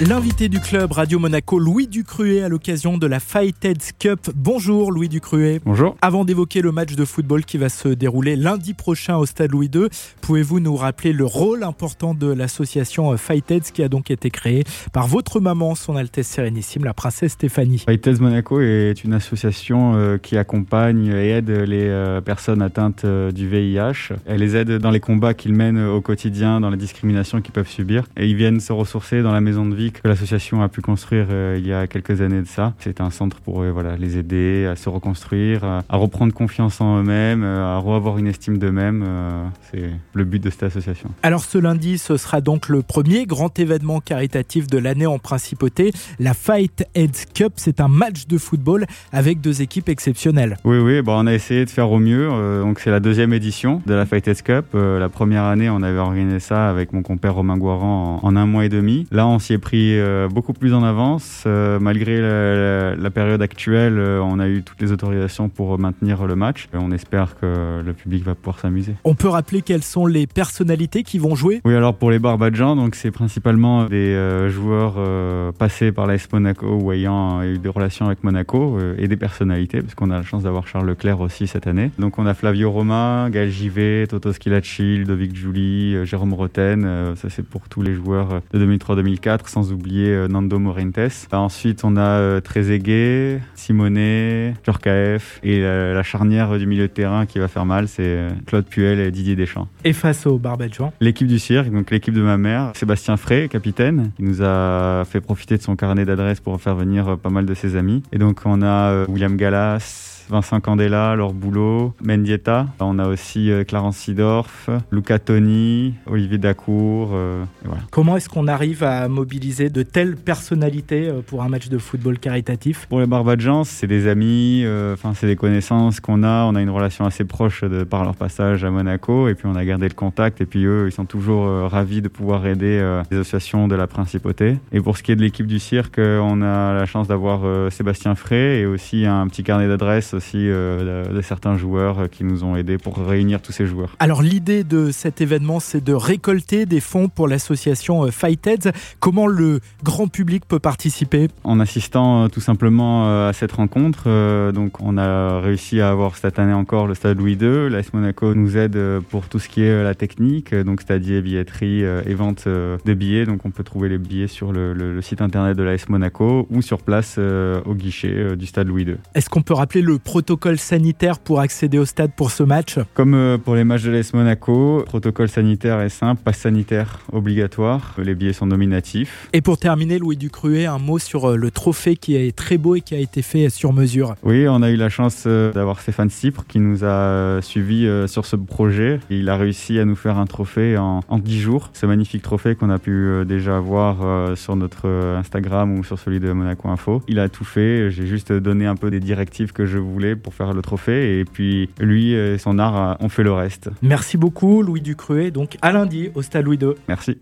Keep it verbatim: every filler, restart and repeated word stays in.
L'invité du club Radio Monaco, Louis Ducruet, à l'occasion de la Fighteds Cup. Bonjour Louis Ducruet. Bonjour. Avant d'évoquer le match de football qui va se dérouler lundi prochain au Stade Louis deux, pouvez-vous nous rappeler le rôle important de l'association Fighteds qui a donc été créée par votre maman, son Altesse Sérénissime, la princesse Stéphanie? Fighteds Monaco est une association euh, qui accompagne et aide les euh, personnes atteintes euh, du V I H. Elle les aide dans les combats qu'ils mènent au quotidien, dans les discriminations qu'ils peuvent subir. Et ils viennent se ressourcer dans la maison de vie que l'association a pu construire euh, il y a quelques années de ça. C'est un centre pour euh, voilà, les aider à se reconstruire, à, à reprendre confiance en eux-mêmes, euh, à re-avoir une estime d'eux-mêmes. Euh, c'est le but de cette association. Alors ce lundi, ce sera donc le premier grand événement caritatif de l'année en Principauté. La Fighteds Cup, c'est un match de football avec deux équipes exceptionnelles. Oui, oui, bon, on a essayé de faire au mieux. Euh, donc c'est la deuxième édition de la Fighteds Cup. Euh, la première année, on avait organisé ça avec mon compère Romain Gouaran en, en un mois et demi. Là, on s'y est pris euh, beaucoup plus en avance. Euh, malgré la, la, la période actuelle, euh, on a eu toutes les autorisations pour maintenir le match. Euh, on espère que le public va pouvoir s'amuser. On peut rappeler quelles sont les personnalités qui vont jouer? Oui, alors pour les Barbadjans, donc c'est principalement des euh, joueurs euh, passés par l'A S Monaco ou ayant eu des relations avec Monaco euh, et des personnalités, parce qu'on a la chance d'avoir Charles Leclerc aussi cette année. Donc on a Flavio Roma, Gaël Givet, Toto Schilacci, Ludovic Giuli, euh, Jérôme Roten. Euh, ça c'est pour tous les joueurs de deux mille trois deux mille quatre, sans oublier euh, Nando Morentes. Ensuite on a euh, Trezeguet, Simonet, Djorkaeff et euh, la charnière du milieu de terrain qui va faire mal, c'est euh, Claude Puel et Didier Deschamps. Et face aux Barbadjans, l'équipe du cirque, donc l'équipe de ma mère, Sébastien Frey, capitaine, qui nous a fait profiter de son carnet d'adresses pour faire venir pas mal de ses amis. Et donc on a William Gallas, Vincent Candela, Laure Boulot, Mendieta. On a aussi Clarence Sidorf, Luca Toni, Olivier Dacour. Euh, et voilà. Comment est-ce qu'on arrive à mobiliser de telles personnalités pour un match de football caritatif? Pour les Barbadjans, c'est des amis, euh, enfin c'est des connaissances qu'on a. On a une relation assez proche de par leur passage à Monaco, et puis on a gardé le contact. Et puis eux, ils sont toujours euh, ravis de pouvoir aider euh, les associations de la Principauté. Et pour ce qui est de l'équipe du cirque, on a la chance d'avoir euh, Sébastien Frey et aussi un petit carnet d'adresses aussi euh, de, de certains joueurs qui nous ont aidés pour réunir tous ces joueurs. Alors l'idée de cet événement, c'est de récolter des fonds pour l'association Fighteds. Comment le grand public peut participer? En assistant euh, tout simplement euh, à cette rencontre. Euh, donc on a réussi à avoir cette année encore le Stade Louis deux. L'A S Monaco nous aide pour tout ce qui est la technique, donc c'est-à-dire billetterie euh, et vente euh, de billets. Donc on peut trouver les billets sur le, le, le site internet de l'A S Monaco ou sur place euh, au guichet euh, du Stade Louis deux. Est-ce qu'on peut rappeler le protocole sanitaire pour accéder au stade pour ce match? Comme euh, pour les matchs de l'A S Monaco, protocole sanitaire est simple, passe sanitaire obligatoire. Les billets sont nominatifs. Et pour terminer, Louis Ducruet, un mot sur le trophée qui est très beau et qui a été fait sur mesure. Oui, on a eu la chance euh, d'avoir Stéphane Cypre qui nous a euh, suivis euh, sur ce projet. Il a réussi à nous faire un trophée en, en dix jours. Ce magnifique trophée qu'on a pu euh, déjà voir euh, sur notre euh, Instagram ou sur celui de Monaco Info. Il a tout fait. J'ai juste donné un peu des directives que je voulais pour faire le trophée. Et puis lui et son art ont fait le reste. Merci beaucoup Louis Ducruet. Donc à lundi au Stade Louis deux. Merci.